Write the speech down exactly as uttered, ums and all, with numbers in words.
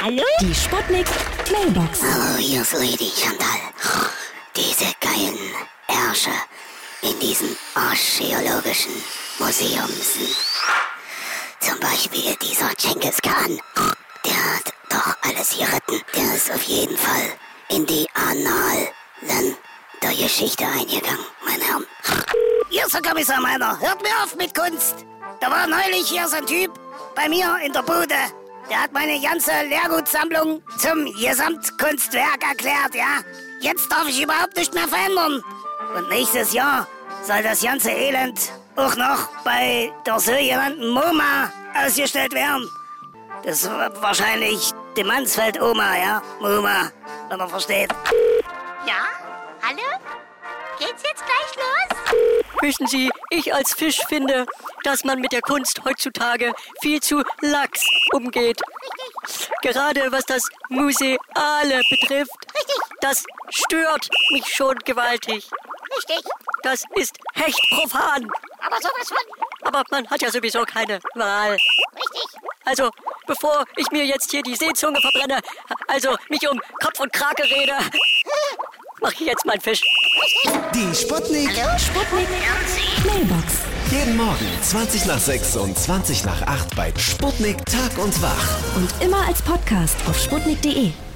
Hallo? Die Sputnik Mailbox. Hallo, hier ist Lady Chantal. Diese geilen Ärsche in diesen archäologischen Museums. Zum Beispiel dieser Genghis Khan. Der hat doch alles geritten. Der ist auf jeden Fall in die Annalen der Geschichte eingegangen, meine Herren. Hier ist der Kommissar Meiner. Hört mir auf mit Kunst. Da war neulich hier so ein Typ bei mir in der Bude. Der hat meine ganze Lehrgutsammlung zum Gesamtkunstwerk erklärt, ja. Jetzt darf ich überhaupt nicht mehr verändern. Und nächstes Jahr soll das ganze Elend auch noch bei der sogenannten MoMA ausgestellt werden. Das ist wahrscheinlich die Mansfeld-Oma, ja? MoMA, wenn man versteht. Ja? Hallo? Geht's jetzt gleich los? Wissen Sie, ich als Fisch finde, dass man mit der Kunst heutzutage viel zu lax umgeht. Richtig. Gerade was das Museale betrifft. Richtig. Das stört mich schon gewaltig. Richtig. Das ist hecht profan. Aber sowas von. Aber man hat ja sowieso keine Wahl. Richtig. Also, bevor ich mir jetzt hier die Seezunge verbrenne, also mich um Kopf und Krake rede, mach ich jetzt mal einen Fisch. Die Sputnik. Hallo? Sputnik Mailbox. Jeden Morgen zwanzig nach sechs und zwanzig nach acht bei Sputnik Tag und Wach. Und immer als Podcast auf sputnik punkt de.